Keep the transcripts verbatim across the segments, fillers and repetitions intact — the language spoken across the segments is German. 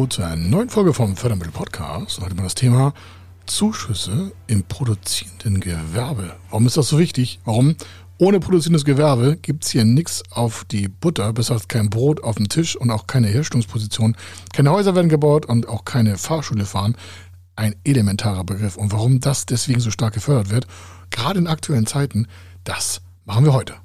zu einer neuen Folge vom Fördermittel-Podcast. Heute mal das Thema Zuschüsse im produzierenden Gewerbe. Warum ist das so wichtig? Warum? Ohne produzierendes Gewerbe gibt es hier nichts auf die Butter, besser als kein Brot auf dem Tisch und auch keine Herstellungsposition. Keine Häuser werden gebaut und auch keine Fahrschule fahren. Ein elementarer Begriff. Und warum das deswegen so stark gefördert wird, gerade in aktuellen Zeiten, das machen wir heute.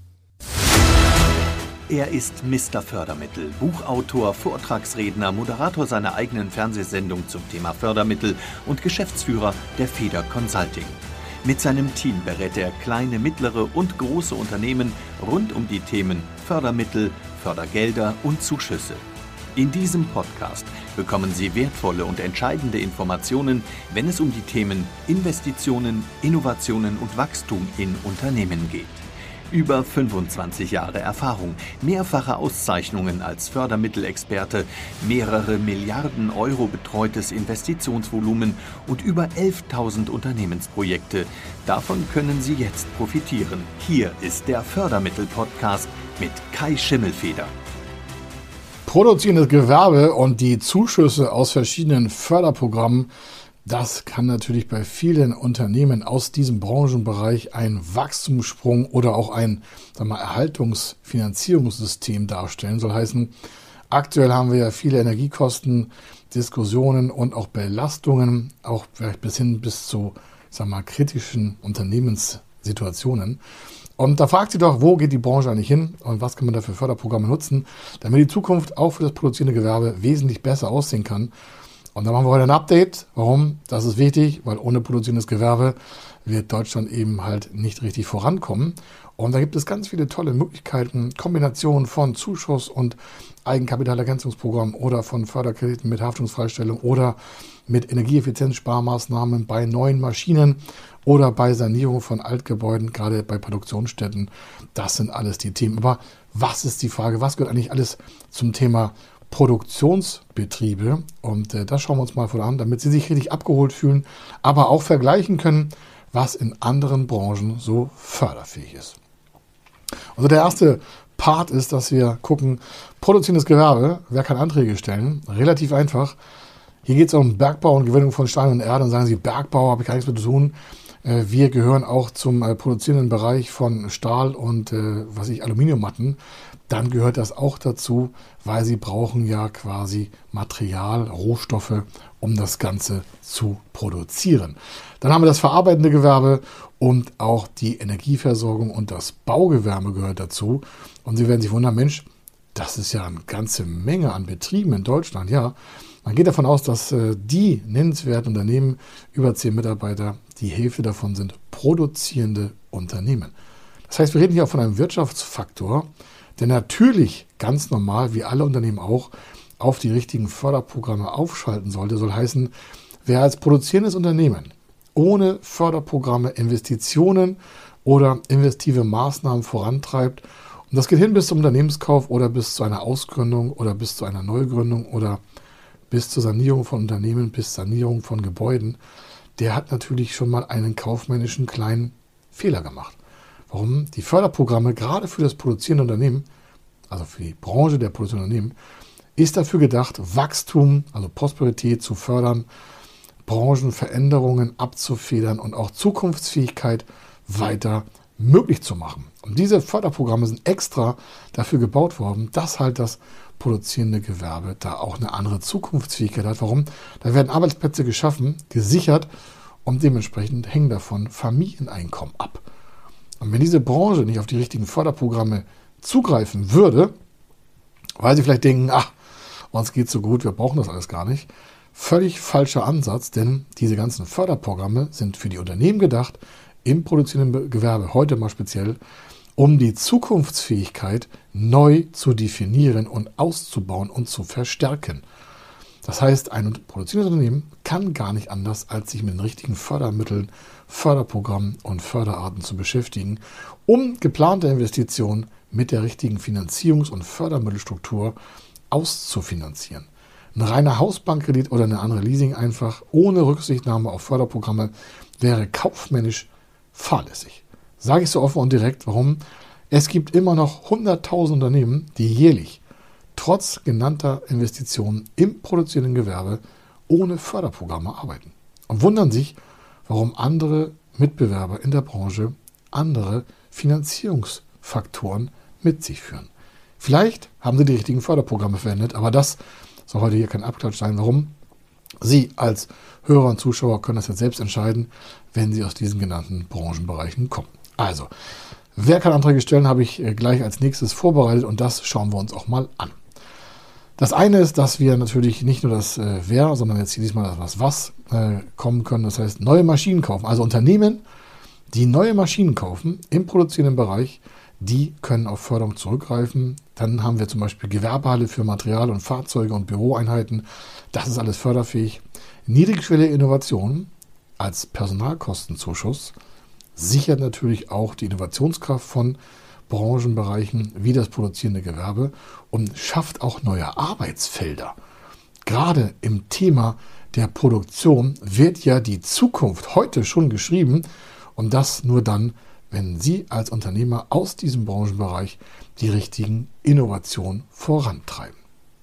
Er ist Mister Fördermittel, Buchautor, Vortragsredner, Moderator seiner eigenen Fernsehsendung zum Thema Fördermittel und Geschäftsführer der Feder Consulting. Mit seinem Team berät er kleine, mittlere und große Unternehmen rund um die Themen Fördermittel, Fördergelder und Zuschüsse. In diesem Podcast bekommen Sie wertvolle und entscheidende Informationen, wenn es um die Themen Investitionen, Innovationen und Wachstum in Unternehmen geht. Über fünfundzwanzig Jahre Erfahrung, mehrfache Auszeichnungen als Fördermittelexperte, mehrere Milliarden Euro betreutes Investitionsvolumen und über elftausend Unternehmensprojekte. Davon können Sie jetzt profitieren. Hier ist der Fördermittel-Podcast mit Kai Schimmelfeder. Produzierendes Gewerbe und die Zuschüsse aus verschiedenen Förderprogrammen, das kann natürlich bei vielen Unternehmen aus diesem Branchenbereich einen Wachstumssprung oder auch ein, sagen wir mal, Erhaltungsfinanzierungssystem darstellen. Soll heißen, aktuell haben wir ja viele Energiekosten, Diskussionen und auch Belastungen, auch vielleicht bis hin bis zu, sagen wir mal, kritischen Unternehmenssituationen. Und da fragt sich doch, wo geht die Branche eigentlich hin und was kann man da für Förderprogramme nutzen, damit die Zukunft auch für das produzierende Gewerbe wesentlich besser aussehen kann. Und da machen wir heute ein Update. Warum? Das ist wichtig, weil ohne produzierendes Gewerbe wird Deutschland eben halt nicht richtig vorankommen. Und da gibt es ganz viele tolle Möglichkeiten, Kombinationen von Zuschuss und Eigenkapitalergänzungsprogramm oder von Förderkrediten mit Haftungsfreistellung oder mit Energieeffizienzsparmaßnahmen bei neuen Maschinen oder bei Sanierung von Altgebäuden, gerade bei Produktionsstätten. Das sind alles die Themen. Aber was ist die Frage? Was gehört eigentlich alles zum Thema Produktionsbetriebe? Und äh, das schauen wir uns mal an, damit Sie sich richtig abgeholt fühlen, aber auch vergleichen können, was in anderen Branchen so förderfähig ist. Also der erste Part ist, dass wir gucken, produzierendes Gewerbe, wer kann Anträge stellen? Relativ einfach. Hier geht es um Bergbau und Gewinnung von Stein und Erde. Und sagen Sie, Bergbau habe ich gar nichts mit zu tun. Äh, wir gehören auch zum äh, produzierenden Bereich von Stahl und äh, was ich Aluminiummatten. Dann gehört das auch dazu, weil sie brauchen ja quasi Material, Rohstoffe, um das Ganze zu produzieren. Dann haben wir das verarbeitende Gewerbe und auch die Energieversorgung und das Baugewerbe gehört dazu. Und Sie werden sich wundern, Mensch, das ist ja eine ganze Menge an Betrieben in Deutschland. Ja, man geht davon aus, dass äh, die nennenswerten Unternehmen, über zehn Mitarbeiter, die Hälfte davon sind produzierende Unternehmen. Das heißt, wir reden hier auch von einem Wirtschaftsfaktor, der natürlich ganz normal, wie alle Unternehmen auch, auf die richtigen Förderprogramme aufschalten sollte. Soll heißen, wer als produzierendes Unternehmen ohne Förderprogramme Investitionen oder investive Maßnahmen vorantreibt, und das geht hin bis zum Unternehmenskauf oder bis zu einer Ausgründung oder bis zu einer Neugründung oder bis zur Sanierung von Unternehmen, bis Sanierung von Gebäuden, der hat natürlich schon mal einen kaufmännischen kleinen Fehler gemacht. Warum? Die Förderprogramme, gerade für das produzierende Unternehmen, also für die Branche der produzierenden Unternehmen, ist dafür gedacht, Wachstum, also Prosperität zu fördern, Branchenveränderungen abzufedern und auch Zukunftsfähigkeit weiter möglich zu machen. Und diese Förderprogramme sind extra dafür gebaut worden, dass halt das produzierende Gewerbe da auch eine andere Zukunftsfähigkeit hat. Warum? Da werden Arbeitsplätze geschaffen, gesichert und dementsprechend hängen davon Familieneinkommen ab. Und wenn diese Branche nicht auf die richtigen Förderprogramme zugreifen würde, weil sie vielleicht denken, ach, uns geht's so gut, wir brauchen das alles gar nicht, völlig falscher Ansatz, denn diese ganzen Förderprogramme sind für die Unternehmen gedacht, im produzierenden Gewerbe, heute mal speziell, um die Zukunftsfähigkeit neu zu definieren und auszubauen und zu verstärken. Das heißt, ein produzierendes Unternehmen kann gar nicht anders, als sich mit den richtigen Fördermitteln, Förderprogrammen und Förderarten zu beschäftigen, um geplante Investitionen mit der richtigen Finanzierungs- und Fördermittelstruktur auszufinanzieren. Ein reiner Hausbankkredit oder eine andere Leasing einfach ohne Rücksichtnahme auf Förderprogramme wäre kaufmännisch fahrlässig. Sage ich so offen und direkt, warum? Es gibt immer noch hunderttausend Unternehmen, die jährlich trotz genannter Investitionen im produzierenden Gewerbe ohne Förderprogramme arbeiten und wundern sich, warum andere Mitbewerber in der Branche andere Finanzierungsfaktoren mit sich führen. Vielleicht haben sie die richtigen Förderprogramme verwendet, aber das soll heute hier kein Abklatsch sein. Warum? Sie als Hörer und Zuschauer können das jetzt selbst entscheiden, wenn Sie aus diesen genannten Branchenbereichen kommen. Also, wer kann Anträge stellen, habe ich gleich als nächstes vorbereitet und das schauen wir uns auch mal an. Das eine ist, dass wir natürlich nicht nur das äh, Wer, sondern jetzt diesmal das Was, was äh, kommen können. Das heißt, neue Maschinen kaufen. Also Unternehmen, die neue Maschinen kaufen im produzierenden Bereich, die können auf Förderung zurückgreifen. Dann haben wir zum Beispiel Gewerbehalle für Material- und Fahrzeuge und Büroeinheiten. Das ist alles förderfähig. Niedrigschwellige Innovation als Personalkostenzuschuss sichert natürlich auch die Innovationskraft von Branchenbereichen wie das produzierende Gewerbe und schafft auch neue Arbeitsfelder. Gerade im Thema der Produktion wird ja die Zukunft heute schon geschrieben und das nur dann, wenn Sie als Unternehmer aus diesem Branchenbereich die richtigen Innovationen vorantreiben.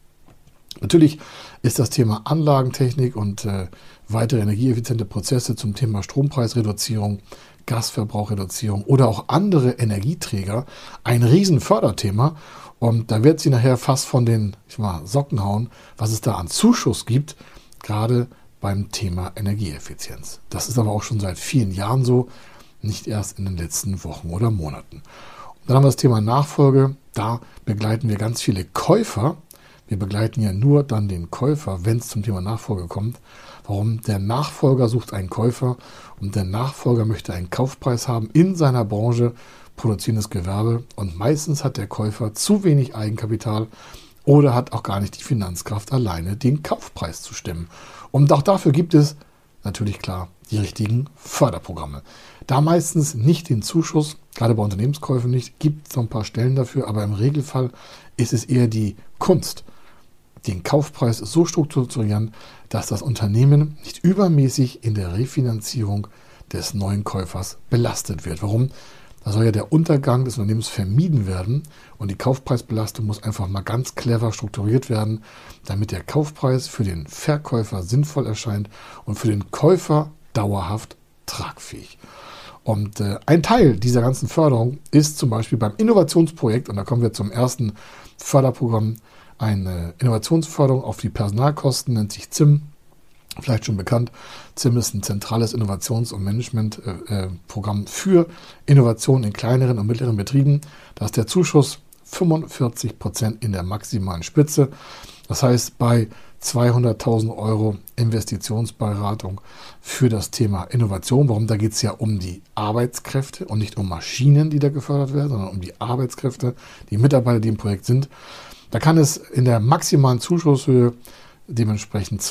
Natürlich ist das Thema Anlagentechnik und äh, weitere energieeffiziente Prozesse zum Thema Strompreisreduzierung, Gasverbrauchreduzierung oder auch andere Energieträger ein Riesenförderthema. Und da wird sie nachher fast von den ich mal, Socken hauen, was es da an Zuschuss gibt, gerade beim Thema Energieeffizienz. Das ist aber auch schon seit vielen Jahren so, nicht erst in den letzten Wochen oder Monaten. Und dann haben wir das Thema Nachfolge. Da begleiten wir ganz viele Käufer. Wir begleiten ja nur dann den Käufer, wenn es zum Thema Nachfolge kommt. Warum? Der Nachfolger sucht einen Käufer und der Nachfolger möchte einen Kaufpreis haben in seiner Branche, produzierendes Gewerbe. Und meistens hat der Käufer zu wenig Eigenkapital oder hat auch gar nicht die Finanzkraft, alleine den Kaufpreis zu stemmen. Und auch dafür gibt es natürlich klar die richtigen Förderprogramme. Da meistens nicht den Zuschuss, gerade bei Unternehmenskäufen nicht, gibt es noch ein paar Stellen dafür, aber im Regelfall ist es eher die Kunst, den Kaufpreis so strukturieren, dass das Unternehmen nicht übermäßig in der Refinanzierung des neuen Käufers belastet wird. Warum? Da soll ja der Untergang des Unternehmens vermieden werden und die Kaufpreisbelastung muss einfach mal ganz clever strukturiert werden, damit der Kaufpreis für den Verkäufer sinnvoll erscheint und für den Käufer dauerhaft tragfähig. Und äh, ein Teil dieser ganzen Förderung ist zum Beispiel beim Innovationsprojekt, und da kommen wir zum ersten Förderprogramm, eine Innovationsförderung auf die Personalkosten, nennt sich Z I M, vielleicht schon bekannt. Z I M ist ein zentrales Innovations- und Managementprogramm für Innovation in kleineren und mittleren Betrieben. Da ist der Zuschuss fünfundvierzig Prozent in der maximalen Spitze. Das heißt, bei zweihunderttausend Euro Investitionsberatung für das Thema Innovation. Warum? Da geht es ja um die Arbeitskräfte und nicht um Maschinen, die da gefördert werden, sondern um die Arbeitskräfte, die Mitarbeiter, die im Projekt sind. Da kann es in der maximalen Zuschusshöhe dementsprechend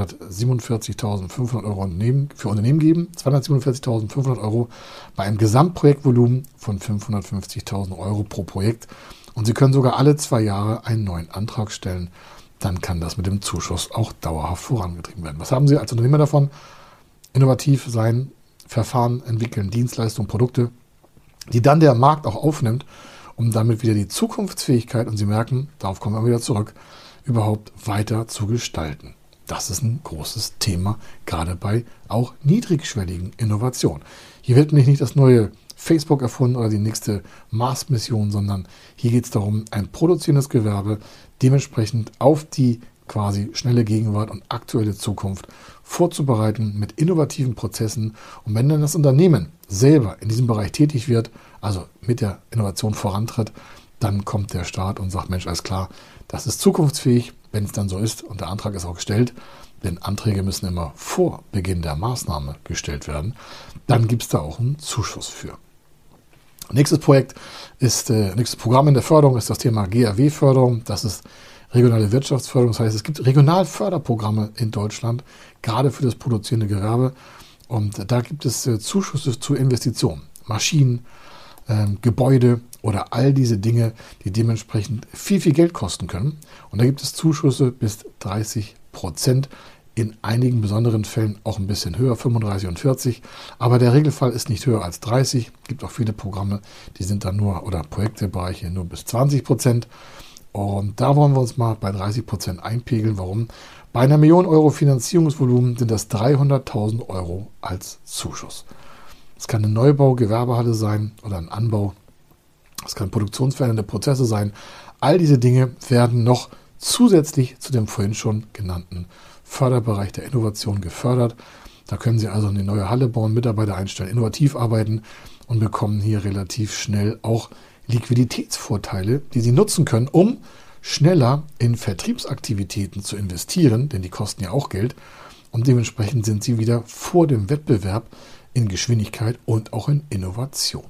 zweihundertsiebenundvierzigtausendfünfhundert Euro für Unternehmen geben, zweihundertsiebenundvierzigtausendfünfhundert Euro bei einem Gesamtprojektvolumen von fünfhundertfünfzigtausend Euro pro Projekt. Und Sie können sogar alle zwei Jahre einen neuen Antrag stellen. Dann kann das mit dem Zuschuss auch dauerhaft vorangetrieben werden. Was haben Sie als Unternehmer davon? Innovativ sein, Verfahren entwickeln, Dienstleistungen, Produkte, die dann der Markt auch aufnimmt, um damit wieder die Zukunftsfähigkeit, und Sie merken, darauf kommen wir wieder zurück, überhaupt weiter zu gestalten. Das ist ein großes Thema, gerade bei auch niedrigschwelligen Innovationen. Hier wird nämlich nicht das neue Facebook erfunden oder die nächste Mars-Mission, sondern hier geht es darum, ein produzierendes Gewerbe dementsprechend auf die quasi schnelle Gegenwart und aktuelle Zukunft vorzubereiten mit innovativen Prozessen. Und wenn dann das Unternehmen selber in diesem Bereich tätig wird, also mit der Innovation vorantritt, dann kommt der Staat und sagt, Mensch, alles klar, das ist zukunftsfähig, wenn es dann so ist. Und der Antrag ist auch gestellt, denn Anträge müssen immer vor Beginn der Maßnahme gestellt werden. Dann gibt es da auch einen Zuschuss für. Nächstes Projekt ist, äh, nächstes Programm in der Förderung ist das Thema G R W-Förderung. Das ist regionale Wirtschaftsförderung. Das heißt, es gibt Regionalförderprogramme in Deutschland, gerade für das produzierende Gewerbe. Und da gibt es äh, Zuschüsse zu Investitionen, Maschinen, äh, Gebäude oder all diese Dinge, die dementsprechend viel, viel Geld kosten können. Und da gibt es Zuschüsse bis dreißig Prozent. In einigen besonderen Fällen auch ein bisschen höher, fünfunddreißig und vierzig. Aber der Regelfall ist nicht höher als dreißig. Es gibt auch viele Programme, die sind dann nur, oder Projektebereiche nur bis zwanzig Prozent. Und da wollen wir uns mal bei dreißig Prozent einpegeln. Warum? Bei einer Million Euro Finanzierungsvolumen sind das dreihunderttausend Euro als Zuschuss. Es kann eine Neubau, Gewerbehalle sein oder ein Anbau. Es kann produktionsverändernde Prozesse sein. All diese Dinge werden noch zusätzlich zu dem vorhin schon genannten Förderbereich der Innovation gefördert. Da können Sie also eine neue Halle bauen, Mitarbeiter einstellen, innovativ arbeiten und bekommen hier relativ schnell auch Liquiditätsvorteile, die Sie nutzen können, um schneller in Vertriebsaktivitäten zu investieren, denn die kosten ja auch Geld. Und dementsprechend sind Sie wieder vor dem Wettbewerb in Geschwindigkeit und auch in Innovation.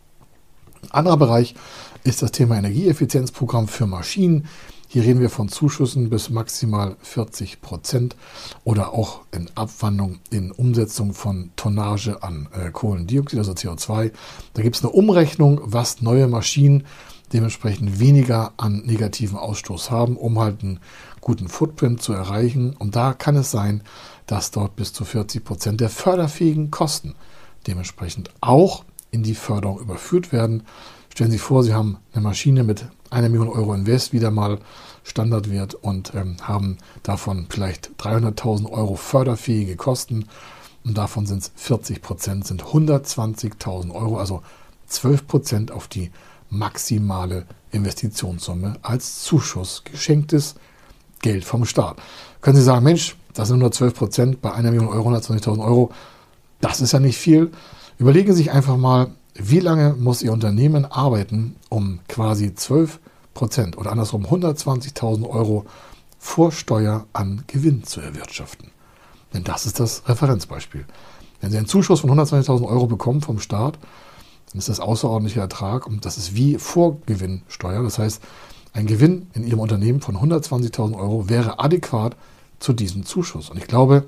Ein anderer Bereich ist das Thema Energieeffizienzprogramm für Maschinen. Hier reden wir von Zuschüssen bis maximal vierzig Prozent oder auch in Abwandlung in Umsetzung von Tonnage an äh, Kohlendioxid, also C O zwei. Da gibt es eine Umrechnung, was neue Maschinen dementsprechend weniger an negativen Ausstoß haben, um halt einen guten Footprint zu erreichen. Und da kann es sein, dass dort bis zu vierzig Prozent der förderfähigen Kosten dementsprechend auch in die Förderung überführt werden. Stellen Sie sich vor, Sie haben eine Maschine mit einer Million Euro Invest, wieder mal Standardwert, und ähm, haben davon vielleicht dreihunderttausend Euro förderfähige Kosten. Und davon sind es vierzig Prozent, sind hundertzwanzigtausend Euro, also zwölf Prozent auf die maximale Investitionssumme als Zuschuss, geschenktes Geld vom Staat. Können Sie sagen, Mensch, das sind nur zwölf Prozent bei einer Million Euro, hundertzwanzigtausend Euro. Das ist ja nicht viel. Überlegen Sie sich einfach mal, wie lange muss Ihr Unternehmen arbeiten, um quasi zwölf Prozent oder andersrum hundertzwanzigtausend Euro vor Steuer an Gewinn zu erwirtschaften. Denn das ist das Referenzbeispiel. Wenn Sie einen Zuschuss von hundertzwanzigtausend Euro bekommen vom Staat, dann ist das außerordentlicher Ertrag und das ist wie Vorgewinnsteuer. Das heißt, ein Gewinn in Ihrem Unternehmen von hundertzwanzigtausend Euro wäre adäquat zu diesem Zuschuss. Und ich glaube,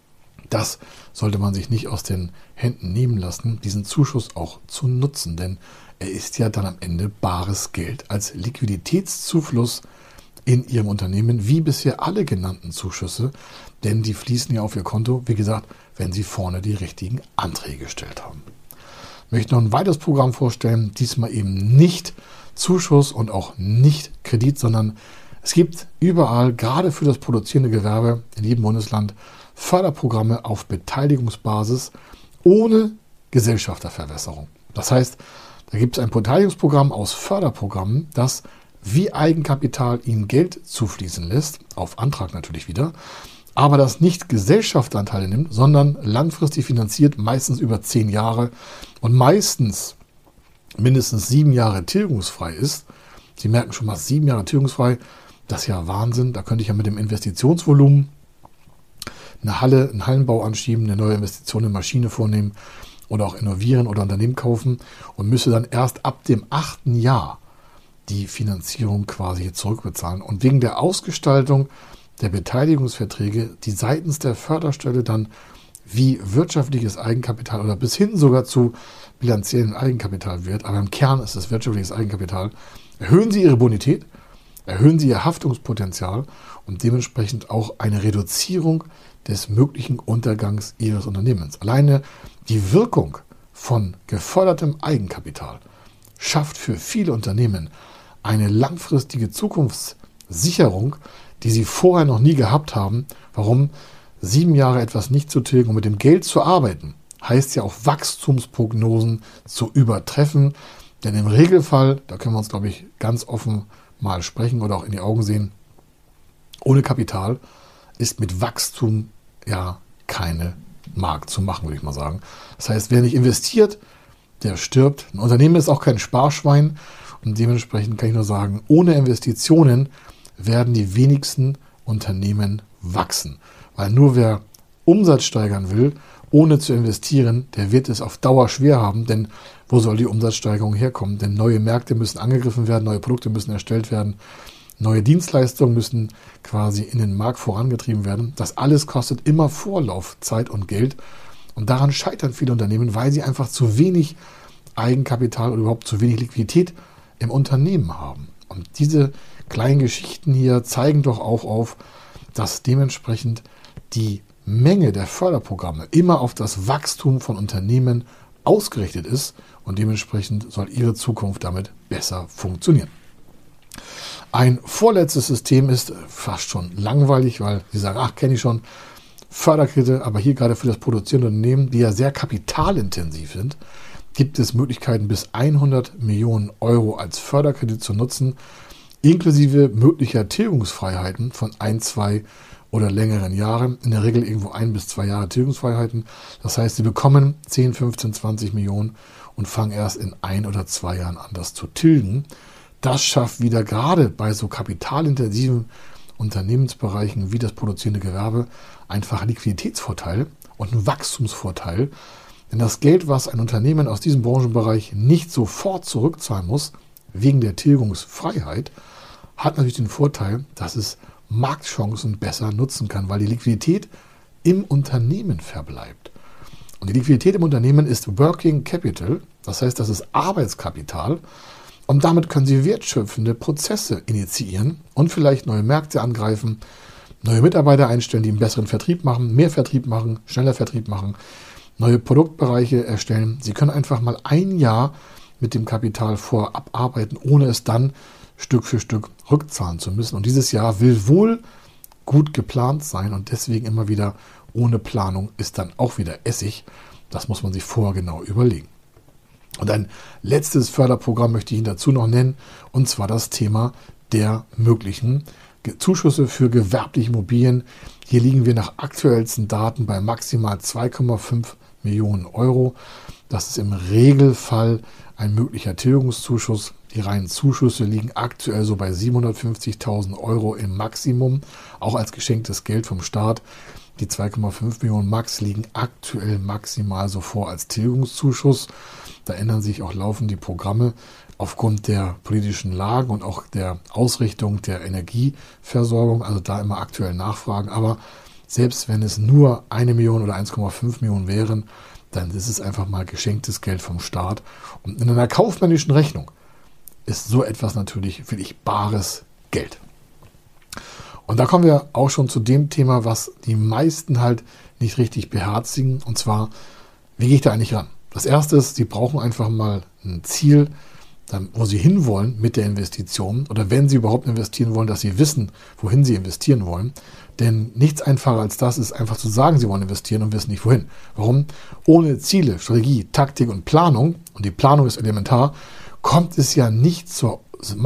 das sollte man sich nicht aus den Händen nehmen lassen, diesen Zuschuss auch zu nutzen, denn er ist ja dann am Ende bares Geld als Liquiditätszufluss in Ihrem Unternehmen, wie bisher alle genannten Zuschüsse, denn die fließen ja auf Ihr Konto, wie gesagt, wenn Sie vorne die richtigen Anträge gestellt haben. Ich möchte noch ein weiteres Programm vorstellen, diesmal eben nicht Zuschuss und auch nicht Kredit, sondern es gibt überall, gerade für das produzierende Gewerbe in jedem Bundesland, Förderprogramme auf Beteiligungsbasis ohne Gesellschafterverwässerung. Das heißt, da gibt es ein Beteiligungsprogramm aus Förderprogrammen, das wie Eigenkapital Ihnen Geld zufließen lässt, auf Antrag natürlich wieder, aber das nicht Gesellschafteranteile nimmt, sondern langfristig finanziert, meistens über zehn Jahre und meistens mindestens sieben Jahre tilgungsfrei ist. Sie merken schon mal, sieben Jahre tilgungsfrei, das ist ja Wahnsinn. Da könnte ich ja mit dem Investitionsvolumen eine Halle, einen Hallenbau anschieben, eine neue Investition in Maschine vornehmen oder auch innovieren oder Unternehmen kaufen und müsste dann erst ab dem achten Jahr die Finanzierung quasi zurückbezahlen. Und wegen der Ausgestaltung der Beteiligungsverträge, die seitens der Förderstelle dann wie wirtschaftliches Eigenkapital oder bis hin sogar zu bilanziellen Eigenkapital wird, aber im Kern ist es wirtschaftliches Eigenkapital, erhöhen Sie Ihre Bonität, erhöhen Sie Ihr Haftungspotenzial und dementsprechend auch eine Reduzierung des möglichen Untergangs Ihres Unternehmens. Alleine die Wirkung von gefördertem Eigenkapital schafft für viele Unternehmen eine langfristige Zukunftssicherung, die sie vorher noch nie gehabt haben. Warum? Sieben Jahre etwas nicht zu tilgen und mit dem Geld zu arbeiten, heißt ja auch Wachstumsprognosen zu übertreffen. Denn im Regelfall, da können wir uns, glaube ich, ganz offen mal sprechen oder auch in die Augen sehen, ohne Kapital ist mit Wachstum ja keine Mark zu machen, würde ich mal sagen. Das heißt, wer nicht investiert, der stirbt. Ein Unternehmen ist auch kein Sparschwein und dementsprechend kann ich nur sagen, ohne Investitionen werden die wenigsten Unternehmen wachsen. Weil nur wer Umsatz steigern will, ohne zu investieren, der wird es auf Dauer schwer haben, denn wo soll die Umsatzsteigerung herkommen? Denn neue Märkte müssen angegriffen werden, neue Produkte müssen erstellt werden, neue Dienstleistungen müssen quasi in den Markt vorangetrieben werden. Das alles kostet immer Vorlauf, Zeit und Geld. Und daran scheitern viele Unternehmen, weil sie einfach zu wenig Eigenkapital oder überhaupt zu wenig Liquidität im Unternehmen haben. Und diese kleinen Geschichten hier zeigen doch auch auf, dass dementsprechend die Menge der Förderprogramme immer auf das Wachstum von Unternehmen ausgerichtet ist und dementsprechend soll Ihre Zukunft damit besser funktionieren. Ein vorletztes System ist fast schon langweilig, weil Sie sagen, ach, kenne ich schon, Förderkredite, aber hier gerade für das produzierende Unternehmen, die ja sehr kapitalintensiv sind, gibt es Möglichkeiten, bis hundert Millionen Euro als Förderkredit zu nutzen, inklusive möglicher Tilgungsfreiheiten von ein, zwei oder längeren Jahren, in der Regel irgendwo ein bis zwei Jahre Tilgungsfreiheiten. Das heißt, Sie bekommen zehn, fünfzehn, zwanzig Millionen und fangen erst in ein oder zwei Jahren an, das zu tilgen. Das schafft wieder gerade bei so kapitalintensiven Unternehmensbereichen wie das produzierende Gewerbe einfach einen Liquiditätsvorteil und einen Wachstumsvorteil. Denn das Geld, was ein Unternehmen aus diesem Branchenbereich nicht sofort zurückzahlen muss, wegen der Tilgungsfreiheit, hat natürlich den Vorteil, dass es Marktchancen besser nutzen kann, weil die Liquidität im Unternehmen verbleibt. Und die Liquidität im Unternehmen ist Working Capital, das heißt, das ist Arbeitskapital. Und damit können Sie wertschöpfende Prozesse initiieren und vielleicht neue Märkte angreifen, neue Mitarbeiter einstellen, die einen besseren Vertrieb machen, mehr Vertrieb machen, schneller Vertrieb machen, neue Produktbereiche erstellen. Sie können einfach mal ein Jahr mit dem Kapital vorab arbeiten, ohne es dann Stück für Stück rückzahlen zu müssen. Und dieses Jahr will wohl gut geplant sein und deswegen immer wieder ohne Planung ist dann auch wieder Essig. Das muss man sich vorher genau überlegen. Und ein letztes Förderprogramm möchte ich Ihnen dazu noch nennen, und zwar das Thema der möglichen Zuschüsse für gewerbliche Immobilien. Hier liegen wir nach aktuellsten Daten bei maximal zwei Komma fünf Millionen Euro. Das ist im Regelfall ein möglicher Tilgungszuschuss. Die reinen Zuschüsse liegen aktuell so bei siebenhundertfünfzigtausend Euro im Maximum, auch als geschenktes Geld vom Staat. Die zwei Komma fünf Millionen Max liegen aktuell maximal so vor als Tilgungszuschuss. Da ändern sich auch laufend die Programme aufgrund der politischen Lagen und auch der Ausrichtung der Energieversorgung. Also da immer aktuell nachfragen. Aber selbst wenn es nur eine Million oder eins Komma fünf Millionen wären, dann ist es einfach mal geschenktes Geld vom Staat. Und in einer kaufmännischen Rechnung ist so etwas natürlich wirklich bares Geld. Und da kommen wir auch schon zu dem Thema, was die meisten halt nicht richtig beherzigen. Und zwar, wie gehe ich da eigentlich ran? Das erste ist, Sie brauchen einfach mal ein Ziel, wo Sie hinwollen mit der Investition. Oder wenn Sie überhaupt investieren wollen, dass Sie wissen, wohin Sie investieren wollen. Denn nichts einfacher als das ist einfach zu sagen, Sie wollen investieren und wissen nicht wohin. Warum? Ohne Ziele, Strategie, Taktik und Planung, und die Planung ist elementar, kommt es ja nicht zur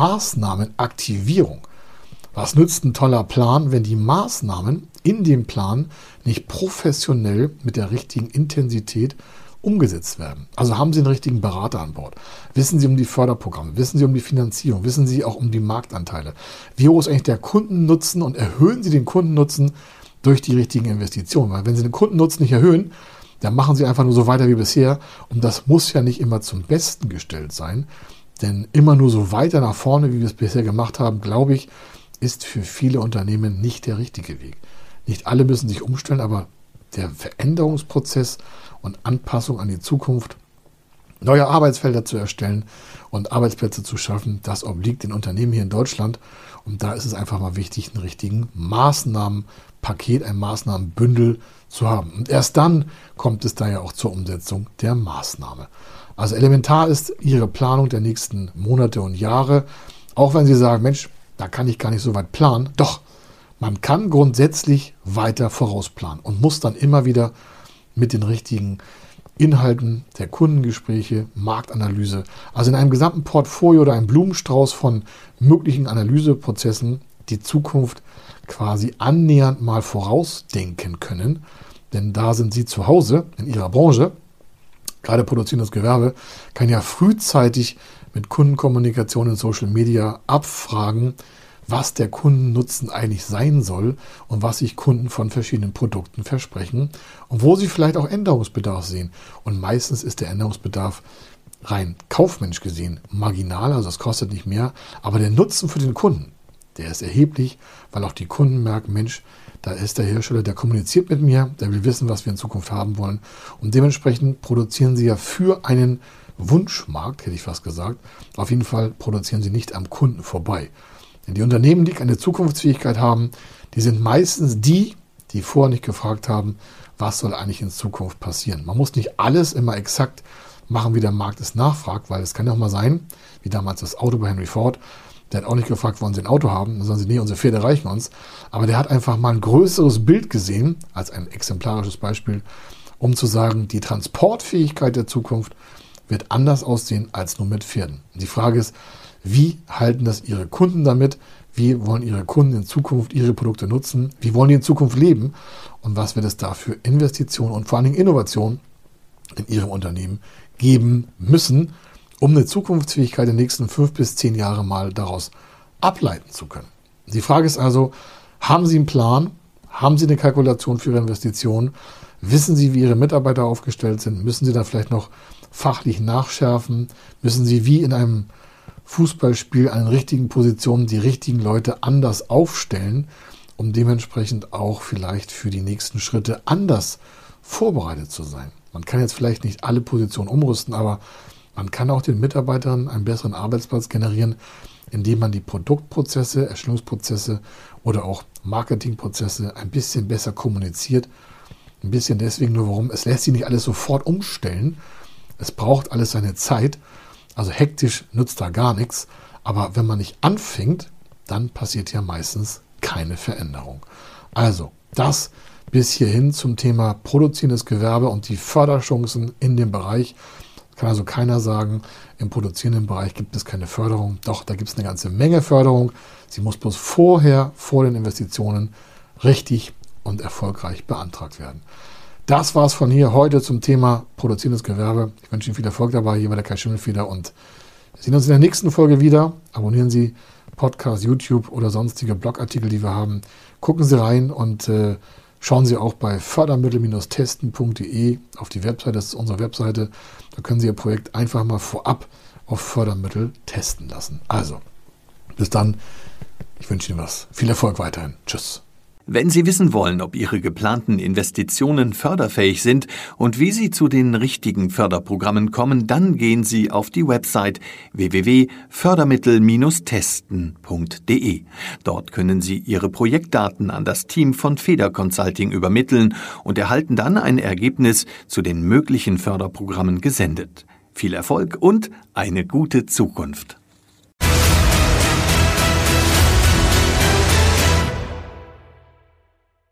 Maßnahmenaktivierung. Was nützt ein toller Plan, wenn die Maßnahmen in dem Plan nicht professionell mit der richtigen Intensität umgesetzt werden? Also haben Sie einen richtigen Berater an Bord? Wissen Sie um die Förderprogramme? Wissen Sie um die Finanzierung? Wissen Sie auch um die Marktanteile? Wie hoch ist eigentlich der Kundennutzen und erhöhen Sie den Kundennutzen durch die richtigen Investitionen? Weil wenn Sie den Kundennutzen nicht erhöhen, dann machen Sie einfach nur so weiter wie bisher und das muss ja nicht immer zum Besten gestellt sein, denn immer nur so weiter nach vorne, wie wir es bisher gemacht haben, glaube ich, ist für viele Unternehmen nicht der richtige Weg. Nicht alle müssen sich umstellen, aber der Veränderungsprozess und Anpassung an die Zukunft, neue Arbeitsfelder zu erstellen und Arbeitsplätze zu schaffen, das obliegt den Unternehmen hier in Deutschland. Und da ist es einfach mal wichtig, einen richtigen Maßnahmenpaket, ein Maßnahmenbündel zu haben. Und erst dann kommt es da ja auch zur Umsetzung der Maßnahme. Also elementar ist Ihre Planung der nächsten Monate und Jahre. Auch wenn Sie sagen, Mensch, da kann ich gar nicht so weit planen. Doch, man kann grundsätzlich weiter vorausplanen und muss dann immer wieder mit den richtigen Inhalten der Kundengespräche, Marktanalyse, also in einem gesamten Portfolio oder einem Blumenstrauß von möglichen Analyseprozessen die Zukunft quasi annähernd mal vorausdenken können. Denn da sind Sie zu Hause in Ihrer Branche. Gerade produzierendes Gewerbe kann ja frühzeitig mit Kundenkommunikation in Social Media abfragen, was der Kundennutzen eigentlich sein soll und was sich Kunden von verschiedenen Produkten versprechen und wo sie vielleicht auch Änderungsbedarf sehen. Und meistens ist der Änderungsbedarf rein kaufmännisch gesehen marginal, also es kostet nicht mehr, aber der Nutzen für den Kunden, der ist erheblich, weil auch die Kunden merken, Mensch, da ist der Hersteller, der kommuniziert mit mir, der will wissen, was wir in Zukunft haben wollen. Und dementsprechend produzieren sie ja für einen Wunschmarkt, hätte ich fast gesagt. Auf jeden Fall produzieren sie nicht am Kunden vorbei. Denn die Unternehmen, die eine Zukunftsfähigkeit haben, die sind meistens die, die vorher nicht gefragt haben, was soll eigentlich in Zukunft passieren. Man muss nicht alles immer exakt machen, wie der Markt es nachfragt, weil es kann ja auch mal sein, wie damals das Auto bei Henry Ford, Der hat auch nicht gefragt, wollen Sie ein Auto haben? Dann sagen sie, nee, unsere Pferde reichen uns. Aber der hat einfach mal ein größeres Bild gesehen, als ein exemplarisches Beispiel, um zu sagen, die Transportfähigkeit der Zukunft wird anders aussehen als nur mit Pferden. Die Frage ist, wie halten das Ihre Kunden damit? Wie wollen Ihre Kunden in Zukunft Ihre Produkte nutzen? Wie wollen die in Zukunft leben? Und was wird es da für Investitionen und vor allen Dingen Innovationen in Ihrem Unternehmen geben müssen, um eine Zukunftsfähigkeit der nächsten fünf bis zehn Jahre mal daraus ableiten zu können? Die Frage ist also, haben Sie einen Plan? Haben Sie eine Kalkulation für Ihre Investitionen? Wissen Sie, wie Ihre Mitarbeiter aufgestellt sind? Müssen Sie da vielleicht noch fachlich nachschärfen? Müssen Sie wie in einem Fußballspiel an den richtigen Positionen die richtigen Leute anders aufstellen, um dementsprechend auch vielleicht für die nächsten Schritte anders vorbereitet zu sein? Man kann jetzt vielleicht nicht alle Positionen umrüsten, aber man kann auch den Mitarbeitern einen besseren Arbeitsplatz generieren, indem man die Produktprozesse, Erstellungsprozesse oder auch Marketingprozesse ein bisschen besser kommuniziert. Ein bisschen deswegen nur, warum? Es lässt sich nicht alles sofort umstellen. Es braucht alles seine Zeit. Also hektisch nützt da gar nichts. Aber wenn man nicht anfängt, dann passiert ja meistens keine Veränderung. Also das bis hierhin zum Thema produzierendes Gewerbe und die Förderchancen in dem Bereich. Kann also keiner sagen, im produzierenden Bereich gibt es keine Förderung. Doch, da gibt es eine ganze Menge Förderung. Sie muss bloß vorher, vor den Investitionen, richtig und erfolgreich beantragt werden. Das war's von hier heute zum Thema produzierendes Gewerbe. Ich wünsche Ihnen viel Erfolg dabei. Hier war der Kai Schimmelfeder und wir sehen uns in der nächsten Folge wieder. Abonnieren Sie Podcast, YouTube oder sonstige Blogartikel, die wir haben. Gucken Sie rein und äh, schauen Sie auch bei fördermittel Bindestrich testen Punkt de auf die Webseite. Das ist unsere Webseite. Da können Sie Ihr Projekt einfach mal vorab auf Fördermittel testen lassen. Also, bis dann. Ich wünsche Ihnen was. Viel Erfolg weiterhin. Tschüss. Wenn Sie wissen wollen, ob Ihre geplanten Investitionen förderfähig sind und wie Sie zu den richtigen Förderprogrammen kommen, dann gehen Sie auf die Website w w w punkt fördermittel Bindestrich testen Punkt de. Dort können Sie Ihre Projektdaten an das Team von Feder Consulting übermitteln und erhalten dann ein Ergebnis zu den möglichen Förderprogrammen gesendet. Viel Erfolg und eine gute Zukunft!